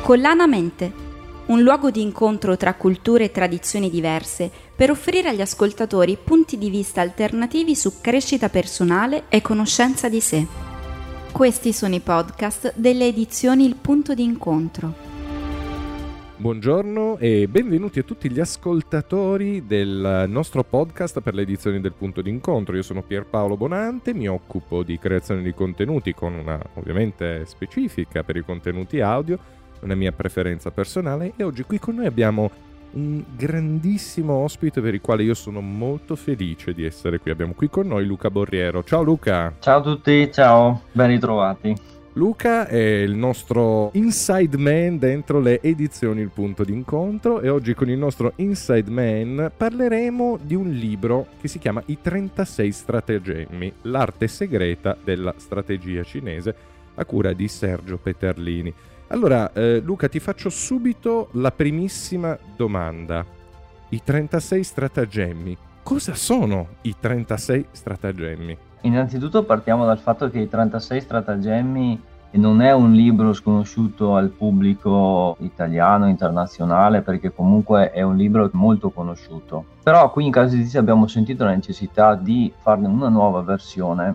Collana Mente, un luogo di incontro tra culture e tradizioni diverse per offrire agli ascoltatori punti di vista alternativi su crescita personale e conoscenza di sé. Questi sono i podcast delle edizioni Il Punto di Incontro. Buongiorno e benvenuti a tutti gli ascoltatori del nostro podcast per le edizioni del Punto d'Incontro. Io sono Pierpaolo Bonante, mi occupo di creazione di contenuti con una ovviamente specifica per i contenuti audio, una mia preferenza personale, e oggi qui con noi abbiamo un grandissimo ospite per il quale io sono molto felice di essere qui. Abbiamo qui con noi Luca Borriero. Ciao Luca! Ciao a tutti, ciao, ben ritrovati. Luca è il nostro inside man dentro le edizioni Il Punto d'Incontro e oggi con il nostro inside man parleremo di un libro che si chiama I 36 stratagemmi, l'arte segreta della strategia cinese, a cura di Sergio Peterlini. Allora Luca, ti faccio subito la primissima domanda. I 36 stratagemmi, cosa sono i 36 stratagemmi? Innanzitutto partiamo dal fatto che i 36 stratagemmi non è un libro sconosciuto al pubblico italiano, internazionale, perché comunque è un libro molto conosciuto. Però qui in Casa Edizia abbiamo sentito la necessità di farne una nuova versione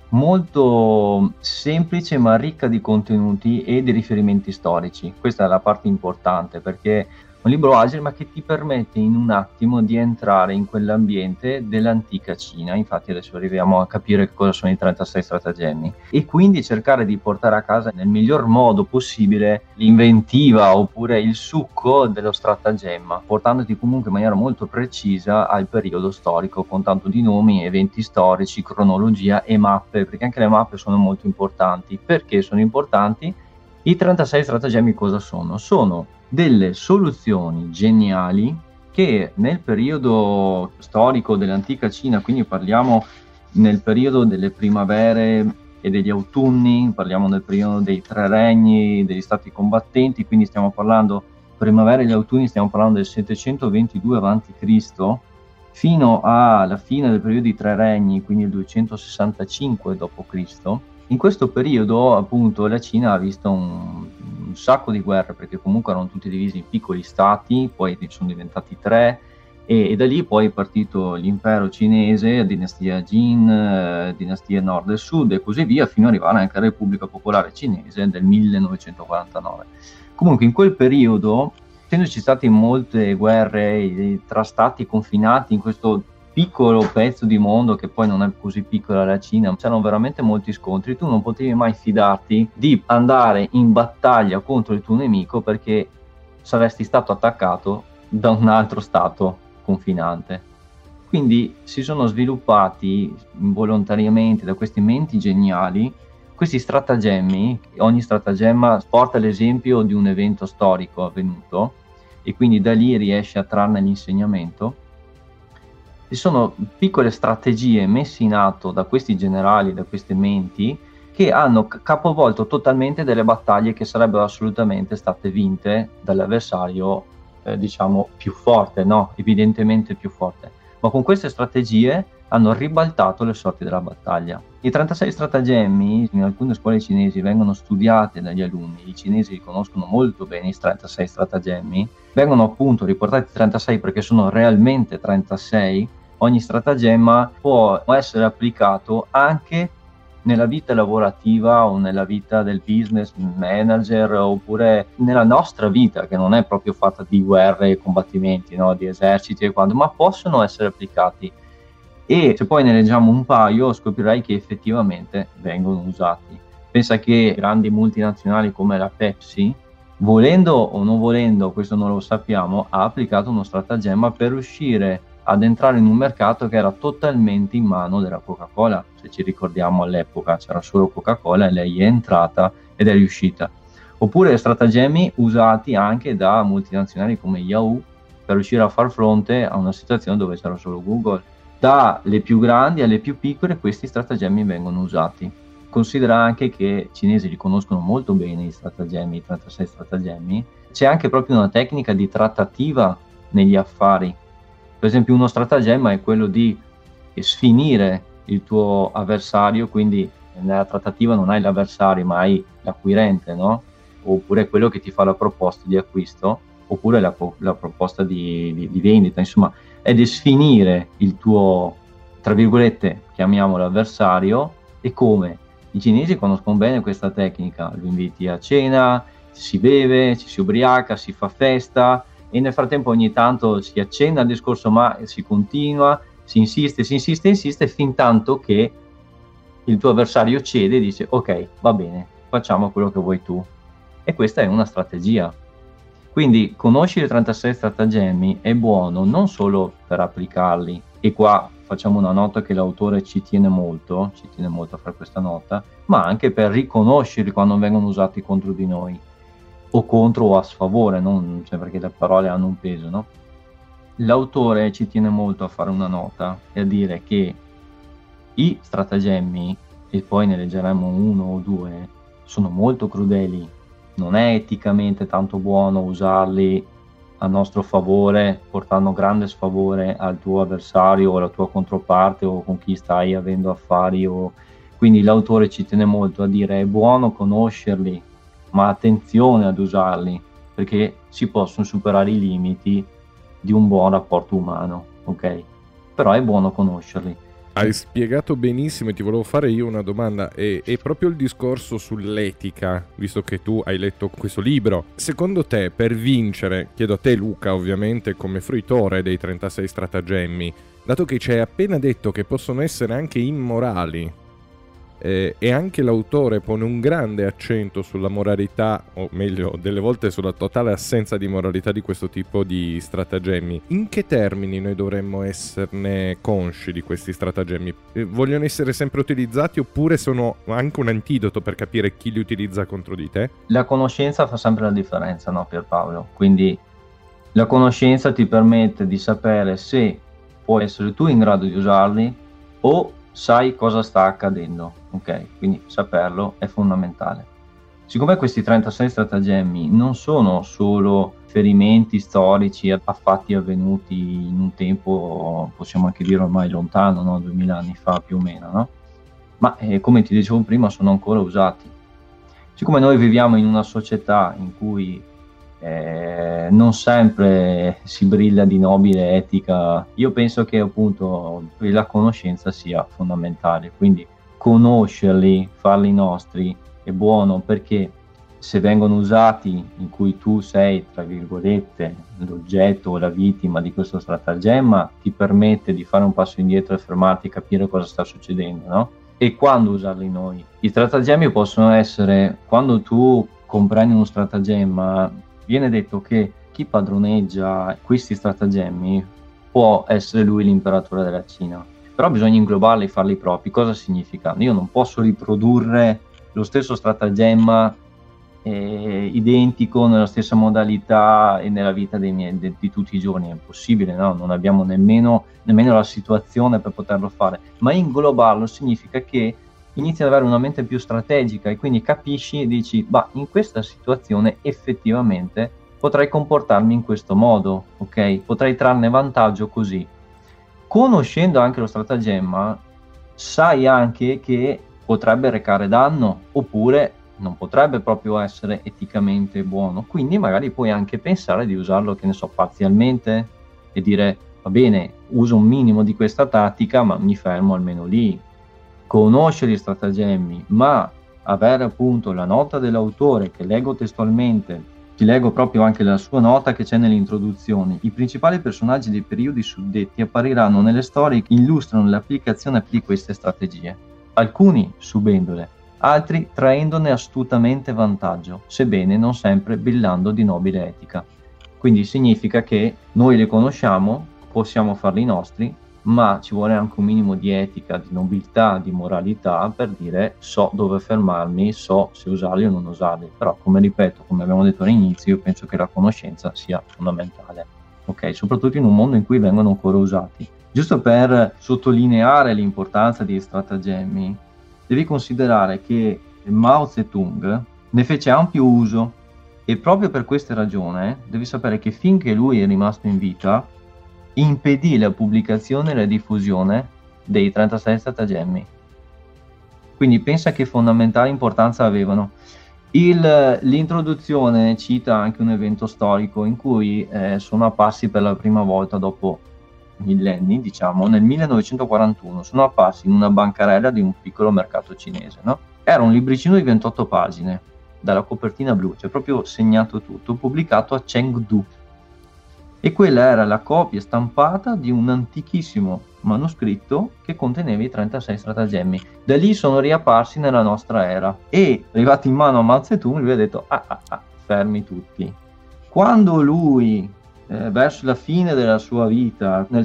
molto semplice ma ricca di contenuti e di riferimenti storici. Questa è la parte importante, perché è un libro agile ma che ti permette in un attimo di entrare in quell'ambiente dell'antica Cina. Infatti adesso arriviamo a capire cosa sono i 36 stratagemmi e quindi cercare di portare a casa nel miglior modo possibile l'inventiva oppure il succo dello stratagemma, portandoti comunque in maniera molto precisa al periodo storico, con tanto di nomi, eventi storici, cronologia e mappe, perché anche le mappe sono molto importanti. Perché sono importanti? I 36 stratagemmi cosa sono? Sono delle soluzioni geniali che nel periodo storico dell'antica Cina, quindi parliamo nel periodo delle primavere e degli autunni, parliamo nel periodo dei tre regni, degli stati combattenti, quindi stiamo parlando primavera e gli autunni, stiamo parlando del 722 a.C. fino alla fine del periodo dei tre regni, quindi il 265 d.C. In questo periodo appunto la Cina ha visto un sacco di guerre, perché comunque erano tutti divisi in piccoli stati, poi sono diventati tre e da lì poi è partito l'impero cinese, dinastia Jin, dinastie nord e sud e così via, fino ad arrivare anche alla Repubblica Popolare Cinese del 1949. Comunque in quel periodo, essendoci state molte guerre tra stati confinati in questo piccolo pezzo di mondo, che poi non è così piccola la Cina, c'erano veramente molti scontri, tu non potevi mai fidarti di andare in battaglia contro il tuo nemico perché saresti stato attaccato da un altro stato confinante. Quindi si sono sviluppati involontariamente da queste menti geniali questi stratagemmi. Ogni stratagemma porta l'esempio di un evento storico avvenuto e quindi da lì riesce a trarne l'insegnamento. Ci sono piccole strategie messe in atto da questi generali, da queste menti, che hanno capovolto totalmente delle battaglie che sarebbero assolutamente state vinte dall'avversario, diciamo, più forte, no? Evidentemente più forte. Ma con queste strategie hanno ribaltato le sorti della battaglia. I 36 stratagemmi in alcune scuole cinesi vengono studiati dagli alunni, i cinesi conoscono molto bene i 36 stratagemmi, vengono appunto riportati 36 perché sono realmente 36. Ogni stratagemma può essere applicato anche nella vita lavorativa o nella vita del business manager oppure nella nostra vita, che non è proprio fatta di guerre e combattimenti, no? Di eserciti e quanto, ma possono essere applicati. E se poi ne leggiamo un paio scoprirai che effettivamente vengono usati. Pensa che grandi multinazionali come la Pepsi, volendo o non volendo, questo non lo sappiamo, ha applicato uno stratagemma per riuscire ad entrare in un mercato che era totalmente in mano della Coca-Cola. Se ci ricordiamo, all'epoca c'era solo Coca-Cola e lei è entrata ed è riuscita. Oppure stratagemmi usati anche da multinazionali come Yahoo per riuscire a far fronte a una situazione dove c'era solo Google. Dalle più grandi alle più piccole questi stratagemmi vengono usati. Considera anche che i cinesi li conoscono molto bene i stratagemmi, i 36 stratagemmi. C'è anche proprio una tecnica di trattativa negli affari. Per esempio uno stratagemma è quello di sfinire il tuo avversario, quindi nella trattativa non hai l'avversario ma hai l'acquirente, no? oppure quello che ti fa la proposta di acquisto, oppure la proposta di vendita. Insomma, è definire il tuo, tra virgolette, chiamiamolo avversario, e come. I cinesi conoscono bene questa tecnica: lo inviti a cena, si beve, ci si ubriaca, si fa festa, e nel frattempo ogni tanto si accenna il discorso, ma si continua, si insiste fin tanto che il tuo avversario cede e dice ok, va bene, facciamo quello che vuoi tu. E questa è una strategia. Quindi conoscere i 36 stratagemmi è buono non solo per applicarli, e qua facciamo una nota che l'autore ci tiene molto a fare questa nota, ma anche per riconoscerli quando vengono usati contro di noi, o contro o a sfavore, perché le parole hanno un peso, no? L'autore ci tiene molto a fare una nota e a dire che i stratagemmi, e poi ne leggeremo uno o due, sono molto crudeli. Non è eticamente tanto buono usarli a nostro favore, portando grande sfavore al tuo avversario o alla tua controparte o con chi stai avendo affari. Quindi l'autore ci tiene molto a dire: è buono conoscerli, ma attenzione ad usarli, perché si possono superare i limiti di un buon rapporto umano, ok? Però è buono conoscerli. Hai spiegato benissimo, e ti volevo fare io una domanda, è proprio il discorso sull'etica, visto che tu hai letto questo libro. Secondo te, per vincere, chiedo a te Luca ovviamente come fruitore dei 36 stratagemmi, dato che ci hai appena detto che possono essere anche immorali, e anche l'autore pone un grande accento sulla moralità, o meglio delle volte sulla totale assenza di moralità di questo tipo di stratagemmi, in che termini noi dovremmo esserne consci di questi stratagemmi? Vogliono essere sempre utilizzati, oppure sono anche un antidoto per capire chi li utilizza contro di te? La conoscenza fa sempre la differenza, no Pierpaolo? Quindi la conoscenza ti permette di sapere se puoi essere tu in grado di usarli o sai cosa sta accadendo, ok? Quindi saperlo è fondamentale. Siccome questi 36 stratagemmi non sono solo riferimenti storici a fatti avvenuti in un tempo, possiamo anche dire ormai lontano, no? 2000 anni fa più o meno, no? Ma come ti dicevo prima, sono ancora usati. Siccome noi viviamo in una società in cui non sempre si brilla di nobile etica, io penso che appunto la conoscenza sia fondamentale. Quindi conoscerli, farli nostri è buono, perché se vengono usati in cui tu sei, tra virgolette, l'oggetto o la vittima di questo stratagemma, ti permette di fare un passo indietro e fermarti e capire cosa sta succedendo, no? E quando usarli noi? I stratagemmi possono essere, quando tu comprendi uno stratagemma, viene detto che chi padroneggia questi stratagemmi può essere lui l'imperatore della Cina, però bisogna inglobarli e farli propri. Cosa significa? Io non posso riprodurre lo stesso stratagemma identico nella stessa modalità e nella vita di tutti i giorni, è impossibile, no? Non abbiamo nemmeno la situazione per poterlo fare, ma inglobarlo significa che inizi ad avere una mente più strategica e quindi capisci e dici: in questa situazione effettivamente potrei comportarmi in questo modo, ok? Potrei trarne vantaggio così. Conoscendo anche lo stratagemma, sai anche che potrebbe recare danno, oppure non potrebbe proprio essere eticamente buono, quindi magari puoi anche pensare di usarlo, che ne so, parzialmente, e dire: va bene, uso un minimo di questa tattica, ma mi fermo almeno lì. Conoscere gli stratagemmi, ma avere appunto la nota dell'autore, che leggo testualmente, ti leggo proprio anche la sua nota che c'è nell'introduzione. I principali personaggi dei periodi suddetti appariranno nelle storie che illustrano l'applicazione di queste strategie, alcuni subendole, altri traendone astutamente vantaggio, sebbene non sempre brillando di nobile etica. Quindi significa che noi le conosciamo, possiamo farli nostri, ma ci vuole anche un minimo di etica, di nobiltà, di moralità, per dire: so dove fermarmi, so se usarli o non usarli. Però, come ripeto, come abbiamo detto all'inizio, io penso che la conoscenza sia fondamentale, ok? Soprattutto in un mondo in cui vengono ancora usati. Giusto per sottolineare l'importanza dei stratagemmi, devi considerare che Mao Zedong ne fece ampio uso, e proprio per questa ragione devi sapere che finché lui è rimasto in vita impedì la pubblicazione e la diffusione dei 36 stratagemmi. Quindi pensa che fondamentale importanza avevano. L'introduzione cita anche un evento storico in cui sono apparsi per la prima volta dopo millenni, diciamo, nel 1941, sono apparsi in una bancarella di un piccolo mercato cinese, no? Era un libricino di 28 pagine, dalla copertina blu, c'è proprio segnato tutto, pubblicato a Chengdu. E quella era la copia stampata di un antichissimo manoscritto che conteneva i 36 stratagemmi. Da lì sono riapparsi nella nostra era e arrivati in mano a Mao Zedong lui ha detto fermi tutti. Quando lui verso la fine della sua vita nel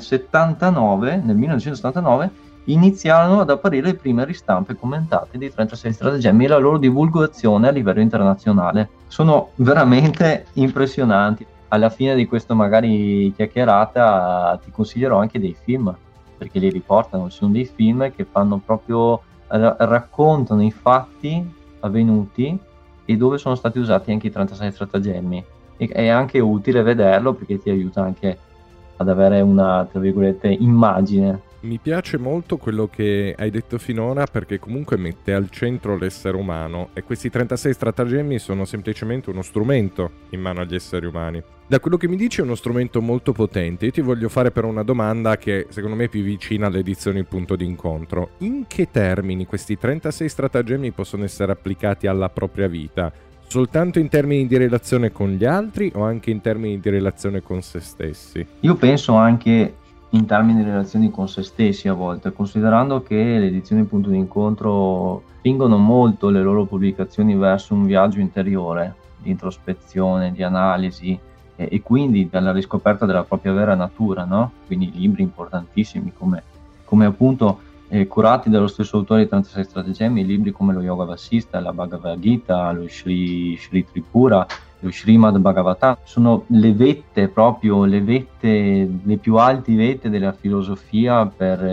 1979 iniziarono ad apparire le prime ristampe commentate dei 36 stratagemmi e la loro divulgazione a livello internazionale. Sono veramente impressionanti. Alla fine di questa magari chiacchierata ti consiglierò anche dei film, perché li riportano, ci sono dei film che fanno proprio, raccontano i fatti avvenuti e dove sono stati usati anche i 36 stratagemmi. E è anche utile vederlo perché ti aiuta anche ad avere una, tra virgolette, immagine. Mi piace molto quello che hai detto finora perché comunque mette al centro l'essere umano e questi 36 stratagemmi sono semplicemente uno strumento in mano agli esseri umani. Da quello che mi dici è uno strumento molto potente. Io ti voglio fare però una domanda che secondo me è più vicina all'edizione Il Punto d'Incontro. In che termini questi 36 stratagemmi possono essere applicati alla propria vita? Soltanto in termini di relazione con gli altri o anche in termini di relazione con se stessi? Io penso anche in termini di relazioni con se stessi a volte, considerando che le edizioni Punto d'Incontro spingono molto le loro pubblicazioni verso un viaggio interiore, di introspezione, di analisi e quindi dalla riscoperta della propria vera natura, no? Quindi libri importantissimi come appunto curati dallo stesso autore di 36 stratagemmi, libri come lo Yoga Vasista, la Bhagavad Gita, lo Sri Tripura, lo Srimad Bhagavatam, sono le vette proprio, le più alti vette della filosofia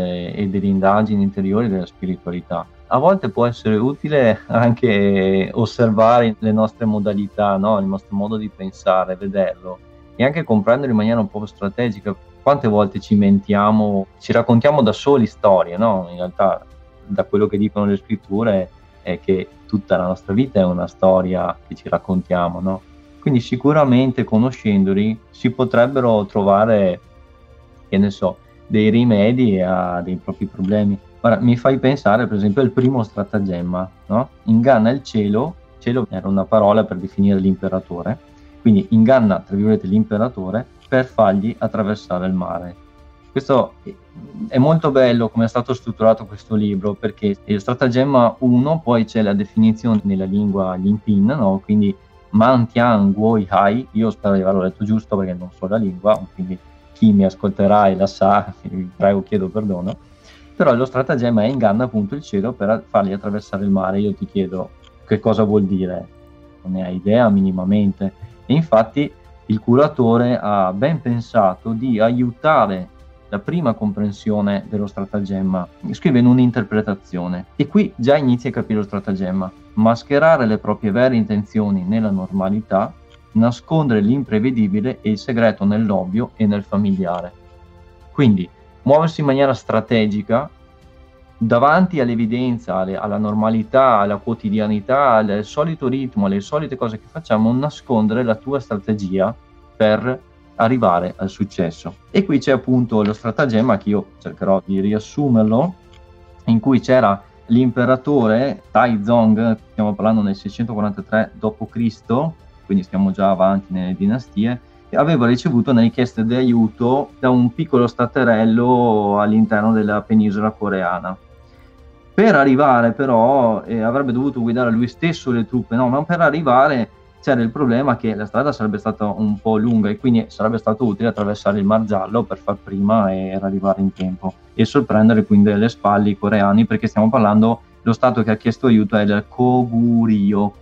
e delle indagini interiori della spiritualità. A volte può essere utile anche osservare le nostre modalità, no? Il nostro modo di pensare, vederlo e anche comprenderlo in maniera un po' strategica. Quante volte ci mentiamo, ci raccontiamo da soli storie, no? In realtà, da quello che dicono le scritture, è che tutta la nostra vita è una storia che ci raccontiamo, no? Quindi sicuramente conoscendoli si potrebbero trovare, che ne so, dei rimedi a dei propri problemi. Ora, mi fai pensare per esempio al primo stratagemma, no? Inganna il cielo era una parola per definire l'imperatore, quindi inganna, tra virgolette, l'imperatore per fargli attraversare il mare. Questo è molto bello come è stato strutturato questo libro, perché il stratagemma 1, poi c'è la definizione nella lingua Yinpin, no? Quindi Man Tian Guoi Hai, io spero di averlo letto giusto perché non so la lingua, quindi chi mi ascolterà e la sa, vi prego, chiedo perdono, però lo stratagemma è inganna appunto il cielo per fargli attraversare il mare. Io ti chiedo che cosa vuol dire, non ne hai idea minimamente, e infatti il curatore ha ben pensato di aiutare la prima comprensione dello stratagemma, scrive in un'interpretazione, e qui già inizi a capire lo stratagemma: mascherare le proprie vere intenzioni nella normalità, nascondere l'imprevedibile e il segreto nell'ovvio e nel familiare. Quindi muoversi in maniera strategica davanti all'evidenza, alla normalità, alla quotidianità, al solito ritmo, alle solite cose che facciamo, nascondere la tua strategia per arrivare al successo. E qui c'è appunto lo stratagemma che io cercherò di riassumerlo, in cui c'era l'imperatore Taizong, stiamo parlando nel 643 d.C., quindi stiamo già avanti nelle dinastie, e aveva ricevuto una richiesta di aiuto da un piccolo staterello all'interno della penisola coreana. Per arrivare però avrebbe dovuto guidare lui stesso le truppe, no? Ma per arrivare c'era il problema che la strada sarebbe stata un po' lunga e quindi sarebbe stato utile attraversare il Mar Giallo per far prima e arrivare in tempo e sorprendere quindi alle spalle i coreani, perché stiamo parlando, lo stato che ha chiesto aiuto è il Koguryo.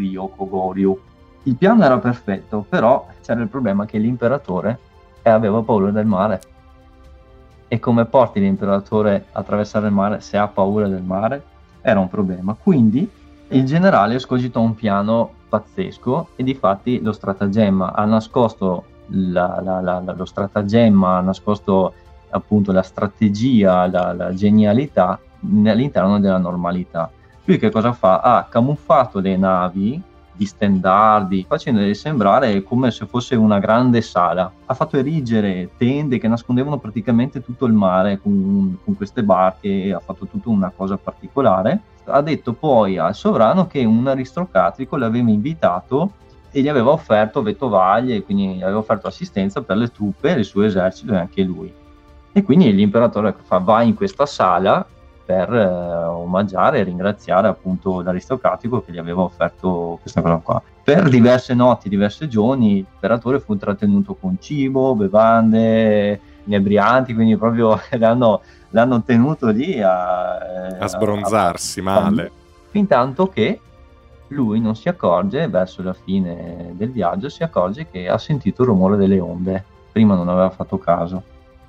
Il piano era perfetto, però c'era il problema che l'imperatore aveva paura del mare. E come porti l'imperatore a attraversare il mare se ha paura del mare? Era un problema. Quindi il generale scogitò un piano pazzesco e difatti lo stratagemma ha nascosto lo stratagemma ha nascosto appunto la strategia, la genialità all'interno della normalità. Lui che cosa fa? Ha camuffato le navi di stendardi, facendoli sembrare come se fosse una grande sala. Ha fatto erigere tende che nascondevano praticamente tutto il mare con queste barche, ha fatto tutta una cosa particolare. Ha detto poi al sovrano che un aristocratico l'aveva invitato e gli aveva offerto vetovaglie, quindi gli aveva offerto assistenza per le truppe, il suo esercito e anche lui. E quindi l'imperatore va in questa sala per omaggiare e ringraziare appunto l'aristocratico che gli aveva offerto questa cosa qua. Per diverse notti, diversi giorni, l'imperatore fu trattenuto con cibo, bevande, inebrianti, quindi proprio l'hanno tenuto lì a sbronzarsi male. Fin tanto che lui non si accorge, verso la fine del viaggio, si accorge che ha sentito il rumore delle onde. Prima non aveva fatto caso.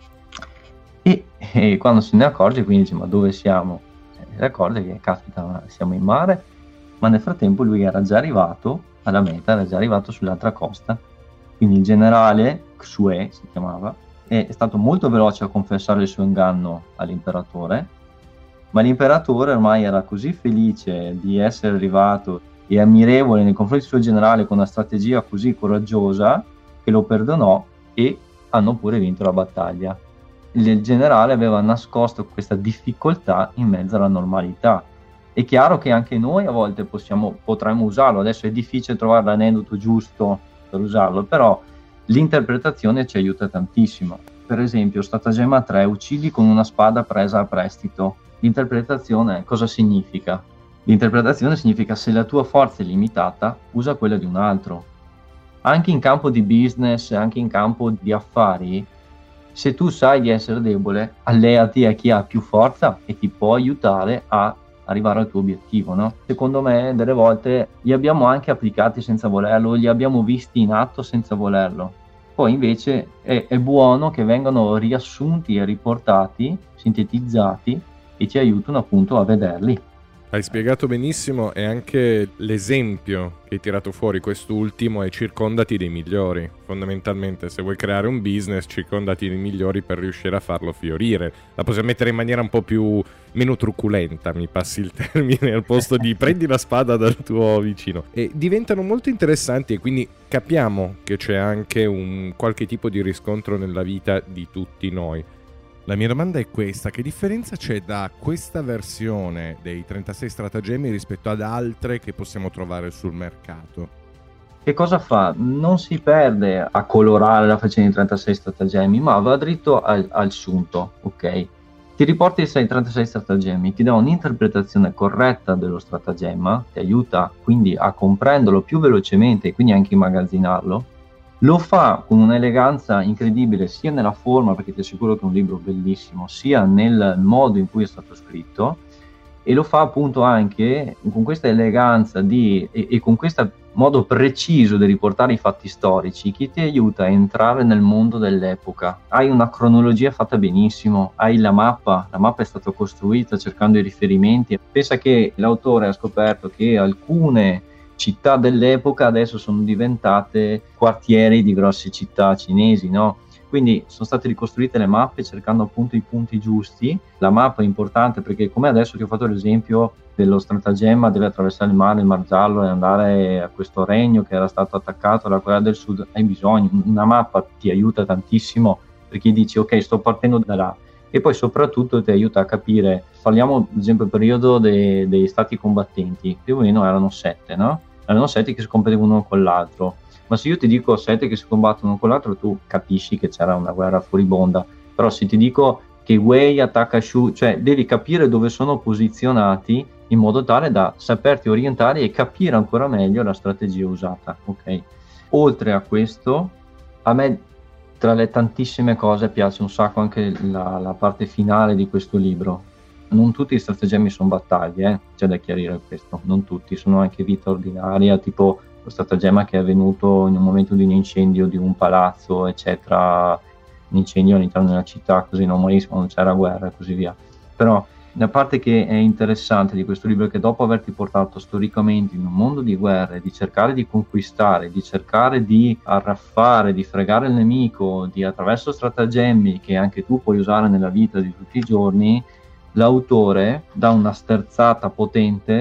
E quando se ne accorge, quindi dice: ma dove siamo? Si accorge che caspita, siamo in mare, ma nel frattempo lui era già arrivato alla meta, era già arrivato sull'altra costa. Quindi il generale Xue si chiamava, è stato molto veloce a confessare il suo inganno all'imperatore, ma l'imperatore ormai era così felice di essere arrivato e ammirevole nei confronti del suo generale con una strategia così coraggiosa che lo perdonò e hanno pure vinto la battaglia. Il generale aveva nascosto questa difficoltà in mezzo alla normalità. È chiaro che anche noi a volte potremmo usarlo, adesso è difficile trovare l'aneddoto giusto per usarlo, però l'interpretazione ci aiuta tantissimo. Per esempio, stratagemma 3, uccidi con una spada presa a prestito. L'interpretazione cosa significa? L'interpretazione significa: se la tua forza è limitata, usa quella di un altro. Anche in campo di business, anche in campo di affari, se tu sai di essere debole, alleati a chi ha più forza e ti può aiutare a arrivare al tuo obiettivo, no? Secondo me delle volte li abbiamo anche applicati senza volerlo, li abbiamo visti in atto senza volerlo. Poi invece è buono che vengano riassunti e riportati, sintetizzati, e ci aiutano appunto a vederli. Hai spiegato benissimo, e anche l'esempio che hai tirato fuori, quest'ultimo, è circondati dei migliori. Fondamentalmente, se vuoi creare un business, circondati dei migliori per riuscire a farlo fiorire. La possiamo mettere in maniera un po' meno truculenta, mi passi il termine, al posto di prendi la spada dal tuo vicino. E diventano molto interessanti, e quindi capiamo che c'è anche un qualche tipo di riscontro nella vita di tutti noi. La mia domanda è questa: che differenza c'è da questa versione dei 36 stratagemmi rispetto ad altre che possiamo trovare sul mercato? Che cosa fa? Non si perde a colorare la faccenda di 36 stratagemmi, ma va dritto al sunto, ok? Ti riporti i 36 stratagemmi, ti dà un'interpretazione corretta dello stratagemma, ti aiuta quindi a comprenderlo più velocemente e quindi anche immagazzinarlo. Lo fa con un'eleganza incredibile sia nella forma, perché ti assicuro che è un libro bellissimo, sia nel modo in cui è stato scritto, e lo fa appunto anche con questa eleganza e con questo modo preciso di riportare i fatti storici che ti aiuta a entrare nel mondo dell'epoca. Hai una cronologia fatta benissimo, hai la mappa è stata costruita cercando i riferimenti. Pensa che l'autore ha scoperto che alcune città dell'epoca adesso sono diventate quartieri di grosse città cinesi, no? Quindi sono state ricostruite le mappe cercando appunto i punti giusti. La mappa è importante perché, come adesso ti ho fatto l'esempio dello stratagemma, deve attraversare il Mar Giallo e andare a questo regno che era stato attaccato dalla Corea del Sud, hai bisogno, una mappa ti aiuta tantissimo, perché dici ok, sto partendo da là, e poi soprattutto ti aiuta a capire. Parliamo ad esempio del periodo dei stati combattenti, più o meno erano 7, no? Erano 7 che si combattevano uno con l'altro, ma se io ti dico 7 che si combattono uno con l'altro, tu capisci che c'era una guerra furibonda. Però se ti dico che Wei attacca Shu, cioè devi capire dove sono posizionati in modo tale da saperti orientare e capire ancora meglio la strategia usata, ok? Oltre a questo, a me tra le tantissime cose piace un sacco anche la parte finale di questo libro. Non tutti gli stratagemmi sono battaglie, c'è da chiarire questo, non tutti, sono anche vita ordinaria, tipo lo stratagemma che è avvenuto in un momento di un incendio di un palazzo, eccetera, un incendio all'interno della città, così normalissimo, non c'era guerra e così via. Però la parte che è interessante di questo libro è che dopo averti portato storicamente in un mondo di guerre, di cercare di conquistare, di cercare di arraffare, di fregare il nemico, di attraverso stratagemmi che anche tu puoi usare nella vita di tutti i giorni, l'autore dà una sterzata potente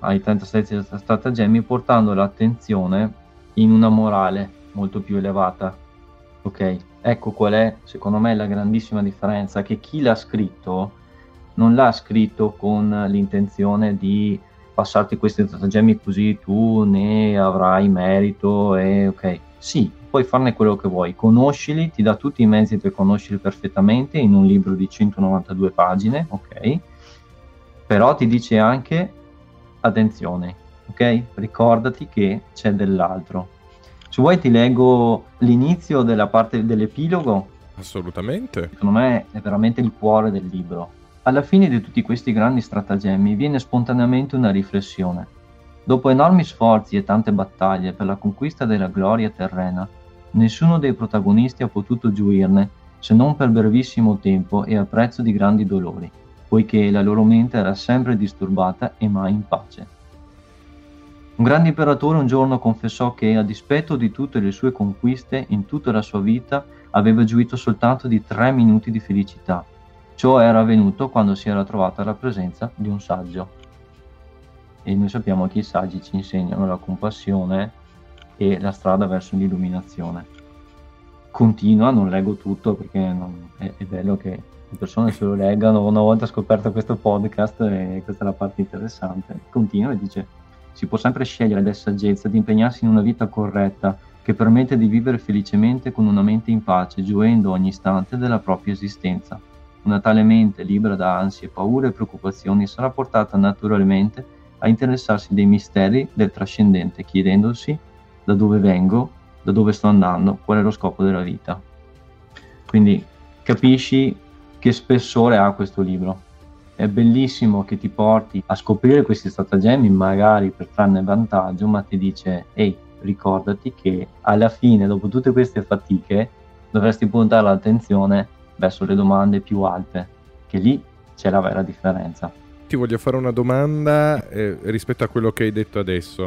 ai 36 stratagemmi portando l'attenzione in una morale molto più elevata. Ok, ecco qual è secondo me la grandissima differenza, che chi l'ha scritto non l'ha scritto con l'intenzione di passarti questi stratagemmi così tu ne avrai merito e ok, sì, puoi farne quello che vuoi, conoscili, ti dà tutti i mezzi per conoscerli perfettamente in un libro di 192 pagine, ok, però ti dice anche attenzione, ok, ricordati che c'è dell'altro. Se vuoi ti leggo l'inizio della parte dell'epilogo. Assolutamente. Secondo me è veramente il cuore del libro. Alla fine di tutti questi grandi stratagemmi viene spontaneamente una riflessione. Dopo enormi sforzi e tante battaglie per la conquista della gloria terrena, nessuno dei protagonisti ha potuto gioirne se non per brevissimo tempo e a prezzo di grandi dolori, poiché la loro mente era sempre disturbata e mai in pace. Un grande imperatore un giorno confessò che, a dispetto di tutte le sue conquiste, in tutta la sua vita aveva gioito soltanto di 3 minuti di felicità. Ciò era avvenuto quando si era trovato alla presenza di un saggio. E noi sappiamo che i saggi ci insegnano la compassione e la strada verso l'illuminazione. Continua, non leggo tutto perché è bello che le persone se lo leggano una volta scoperto questo podcast, e questa è la parte interessante. Continua e dice: si può sempre scegliere la saggezza di impegnarsi in una vita corretta che permette di vivere felicemente con una mente in pace, gioendo ogni istante della propria esistenza. Una tale mente, libera da ansie, paure e preoccupazioni, sarà portata naturalmente a interessarsi dei misteri del trascendente, chiedendosi da dove vengo, da dove sto andando, qual è lo scopo della vita. Quindi capisci che spessore ha questo libro. È bellissimo che ti porti a scoprire questi stratagemmi, magari per trarne vantaggio, ma ti dice: ehi, ricordati che alla fine, dopo tutte queste fatiche, dovresti puntare l'attenzione verso le domande più alte, che lì c'è la vera differenza. Ti voglio fare una domanda rispetto a quello che hai detto adesso.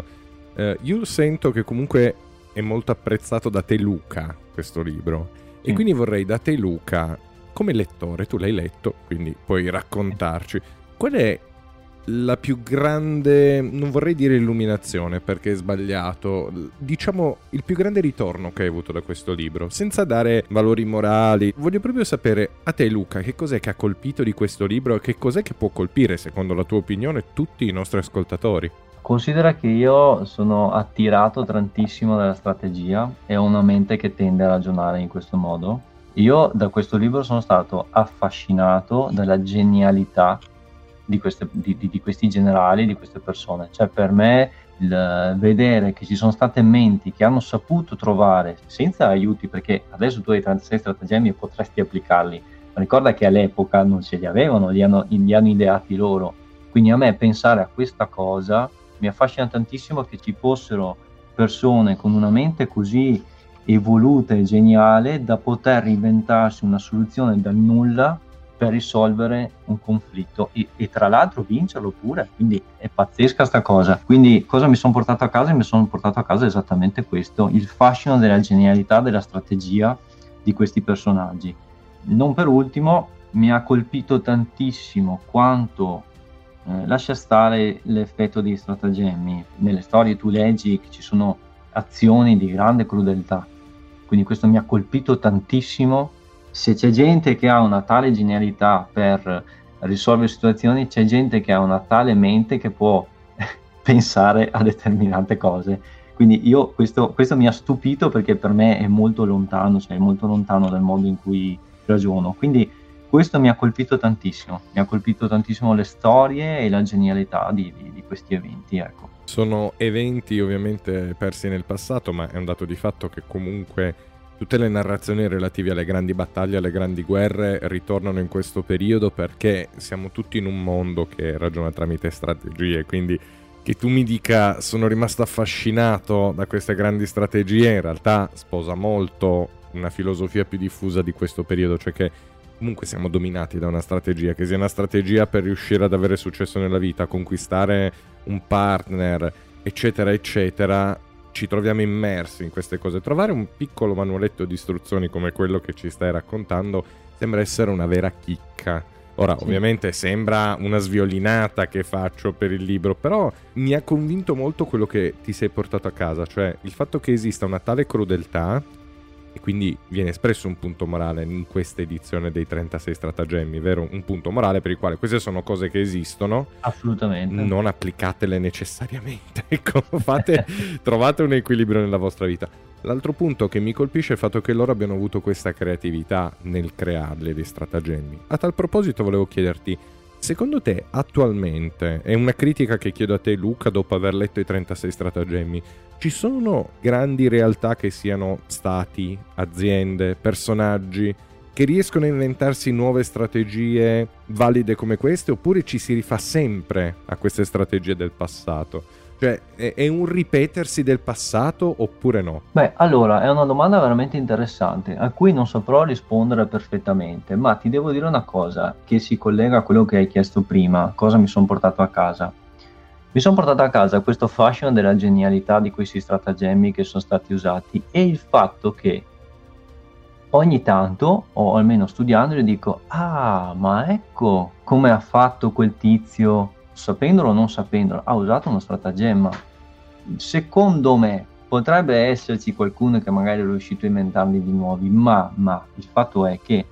Io sento che comunque è molto apprezzato da te, Luca, questo libro, Sì. e quindi vorrei da te, Luca, come lettore, tu l'hai letto, quindi puoi raccontarci, qual è la più grande, non vorrei dire illuminazione perché è sbagliato, diciamo il più grande ritorno che hai avuto da questo libro, senza dare valori morali. Voglio proprio sapere a te, Luca, che cos'è che ha colpito di questo libro e che cos'è che può colpire, secondo la tua opinione, tutti i nostri ascoltatori. Considera che io sono attirato tantissimo dalla strategia e ho una mente che tende a ragionare in questo modo. Io da questo libro sono stato affascinato dalla genialità di questi generali, di queste persone. Cioè, per me il vedere che ci sono state menti che hanno saputo trovare, senza aiuti, perché adesso tu hai 36 stratagemmi e potresti applicarli, ma ricorda che all'epoca non ce li avevano, li hanno ideati loro. Quindi a me pensare a questa cosa mi affascina tantissimo, che ci fossero persone con una mente così evoluta e geniale da poter inventarsi una soluzione dal nulla per risolvere un conflitto e tra l'altro vincerlo pure. Quindi è pazzesca sta cosa. Quindi cosa mi sono portato a casa? Mi sono portato a casa esattamente questo, il fascino della genialità, della strategia di questi personaggi. Non per ultimo mi ha colpito tantissimo quanto lascia stare l'effetto di stratagemmi. Nelle storie tu leggi che ci sono azioni di grande crudeltà, quindi questo mi ha colpito tantissimo. Se c'è gente che ha una tale genialità per risolvere situazioni, c'è gente che ha una tale mente che può pensare a determinate cose. Quindi io questo mi ha stupito, perché per me è molto lontano, cioè è molto lontano dal modo in cui ragiono. Quindi questo mi ha colpito tantissimo le storie e la genialità di questi eventi, ecco. Sono eventi ovviamente persi nel passato, ma è un dato di fatto che comunque tutte le narrazioni relative alle grandi battaglie, alle grandi guerre ritornano in questo periodo, perché siamo tutti in un mondo che ragiona tramite strategie. Quindi che tu mi dica sono rimasto affascinato da queste grandi strategie in realtà sposa molto una filosofia più diffusa di questo periodo, cioè che comunque siamo dominati da una strategia, che sia una strategia per riuscire ad avere successo nella vita, conquistare un partner, eccetera eccetera. Ci troviamo immersi in queste cose. Trovare un piccolo manualetto di istruzioni come quello che ci stai raccontando sembra essere una vera chicca, Ora, ovviamente sembra una sviolinata che faccio per il libro, però mi ha convinto molto quello che ti sei portato a casa, cioè il fatto che esista una tale crudeltà, e quindi viene espresso un punto morale in questa edizione dei 36 stratagemmi, vero? Un punto morale per il quale queste sono cose che esistono. Assolutamente. Non applicatele necessariamente, ecco, trovate un equilibrio nella vostra vita. L'altro punto che mi colpisce è il fatto che loro abbiano avuto questa creatività nel crearle dei stratagemmi. A tal proposito volevo chiederti, secondo te attualmente, è una critica che chiedo a te Luca dopo aver letto i 36 stratagemmi, ci sono grandi realtà che siano stati, aziende, personaggi che riescono a inventarsi nuove strategie valide come queste, oppure ci si rifà sempre a queste strategie del passato? Cioè, è un ripetersi del passato oppure no? Beh, allora, è una domanda veramente interessante, a cui non saprò rispondere perfettamente, ma ti devo dire una cosa che si collega a quello che hai chiesto prima, cosa mi sono portato a casa. Mi sono portato a casa questo fascino della genialità di questi stratagemmi che sono stati usati e il fatto che ogni tanto, o almeno studiandoli, dico, ma ecco come ha fatto quel tizio, sapendolo o non sapendolo, ha usato uno stratagemma. Secondo me potrebbe esserci qualcuno che magari è riuscito a inventarli di nuovi, ma il fatto è che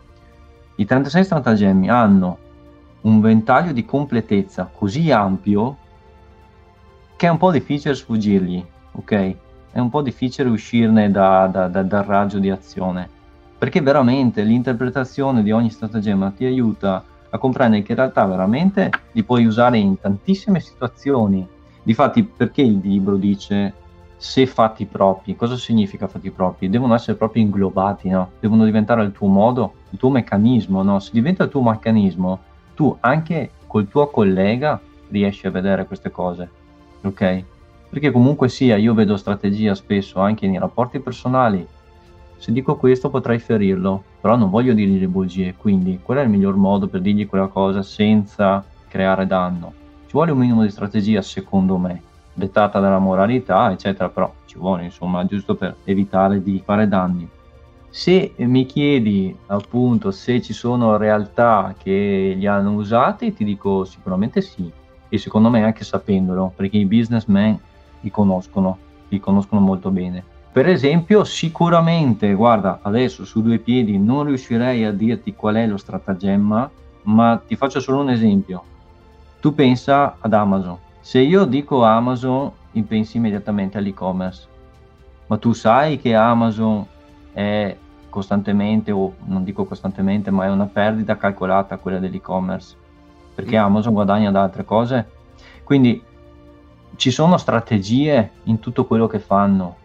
i 36 stratagemmi hanno un ventaglio di completezza così ampio che è un po' difficile sfuggirgli, ok? È un po' difficile uscirne dal raggio di azione, perché veramente l'interpretazione di ogni stratagemma ti aiuta a comprendere che in realtà veramente li puoi usare in tantissime situazioni. Difatti, perché il libro dice se fatti propri, cosa significa fatti propri? Devono essere proprio inglobati, no? Devono diventare il tuo modo, il tuo meccanismo, no? Se diventa il tuo meccanismo, tu anche col tuo collega riesci a vedere queste cose, ok? Perché comunque sia, io vedo strategia spesso anche nei rapporti personali. Se dico questo potrei ferirlo, però non voglio dirgli le bugie, quindi qual è il miglior modo per dirgli quella cosa senza creare danno? Ci vuole un minimo di strategia, secondo me, dettata dalla moralità, eccetera, però ci vuole, insomma, giusto per evitare di fare danni. Se mi chiedi appunto se ci sono realtà che li hanno usati, ti dico sicuramente sì, e secondo me anche sapendolo, perché i businessmen li conoscono molto bene. Per esempio, sicuramente, guarda, adesso su due piedi non riuscirei a dirti qual è lo stratagemma, ma ti faccio solo un esempio. Tu pensa ad Amazon. Se io dico Amazon, pensi immediatamente all'e-commerce, ma tu sai che Amazon è costantemente, o non dico costantemente, ma è una perdita calcolata quella dell'e-commerce, perché Amazon guadagna da altre cose. Quindi ci sono strategie in tutto quello che fanno.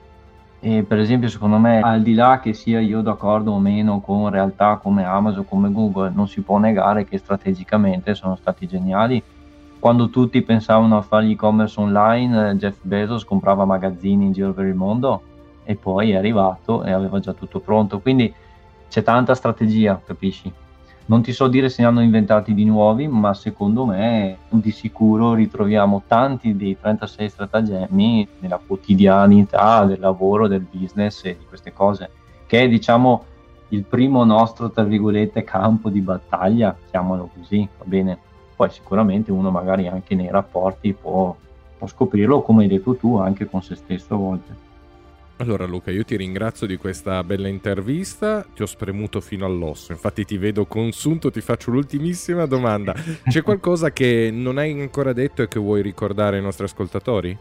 E per esempio, secondo me, al di là che sia io d'accordo o meno con realtà come Amazon, come Google, non si può negare che strategicamente sono stati geniali. Quando tutti pensavano a fare e-commerce online, Jeff Bezos comprava magazzini in giro per il mondo e poi è arrivato e aveva già tutto pronto. Quindi c'è tanta strategia, capisci? Non ti so dire se ne hanno inventati di nuovi, ma secondo me di sicuro ritroviamo tanti dei 36 stratagemmi nella quotidianità del lavoro, del business e di queste cose, che è, diciamo, il primo nostro, tra virgolette, campo di battaglia, chiamalo così, va bene? Poi sicuramente uno magari anche nei rapporti può scoprirlo, come hai detto tu, anche con se stesso a volte. Allora Luca, io ti ringrazio di questa bella intervista, ti ho spremuto fino all'osso, infatti ti vedo consunto, ti faccio l'ultimissima domanda. C'è qualcosa che non hai ancora detto e che vuoi ricordare ai nostri ascoltatori?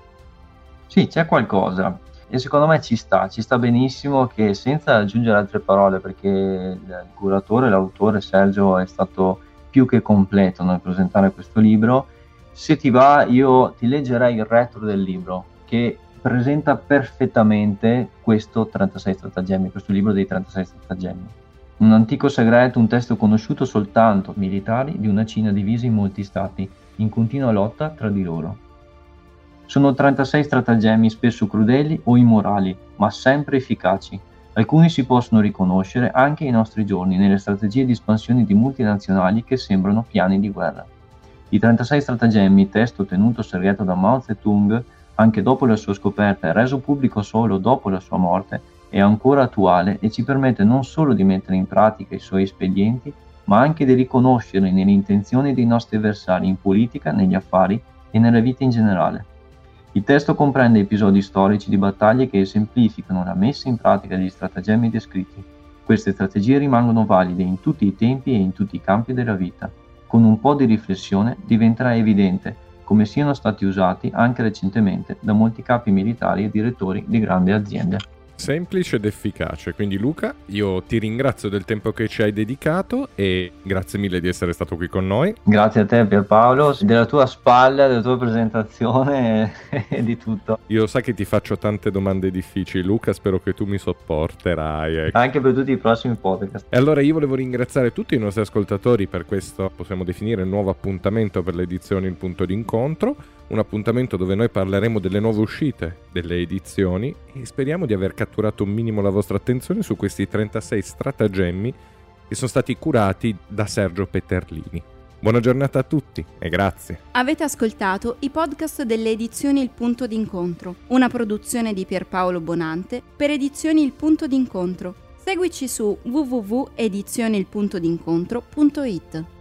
Sì, c'è qualcosa e secondo me ci sta benissimo, che senza aggiungere altre parole, perché il curatore, l'autore Sergio è stato più che completo nel presentare questo libro. Se ti va, io ti leggerei il retro del libro, che presenta perfettamente questo 36 stratagemmi, questo libro dei 36 stratagemmi. Un antico segreto, un testo conosciuto soltanto ai militari di una Cina divisa in molti stati, in continua lotta tra di loro. Sono 36 stratagemmi spesso crudeli o immorali, ma sempre efficaci. Alcuni si possono riconoscere anche ai nostri giorni nelle strategie di espansione di multinazionali che sembrano piani di guerra. I 36 stratagemmi, testo tenuto segreto da Mao Zedong, anche dopo la sua scoperta e reso pubblico solo dopo la sua morte, è ancora attuale e ci permette non solo di mettere in pratica i suoi espedienti, ma anche di riconoscere nelle intenzioni dei nostri avversari in politica, negli affari e nella vita in generale. Il testo comprende episodi storici di battaglie che esemplificano la messa in pratica degli stratagemmi descritti. Queste strategie rimangono valide in tutti i tempi e in tutti i campi della vita. Con un po' di riflessione diventerà evidente come siano stati usati anche recentemente da molti capi militari e direttori di grandi aziende. Semplice ed efficace. Quindi Luca, io ti ringrazio del tempo che ci hai dedicato e grazie mille di essere stato qui con noi. Grazie a te Pierpaolo, della tua spalla, della tua presentazione e di tutto. Io so che ti faccio tante domande difficili, Luca, spero che tu mi sopporterai. Ecco. Anche per tutti i prossimi podcast. E allora io volevo ringraziare tutti i nostri ascoltatori per questo, possiamo definire, nuovo appuntamento per l'edizione Il Punto d'Incontro. Un appuntamento dove noi parleremo delle nuove uscite delle edizioni e speriamo di aver catturato un minimo la vostra attenzione su questi 36 stratagemmi che sono stati curati da Sergio Peterlini. Buona giornata a tutti e grazie. Avete ascoltato i podcast delle edizioni Il Punto d'Incontro, una produzione di Pierpaolo Bonante per edizioni Il Punto d'Incontro. Seguici su www.edizionilpuntodincontro.it.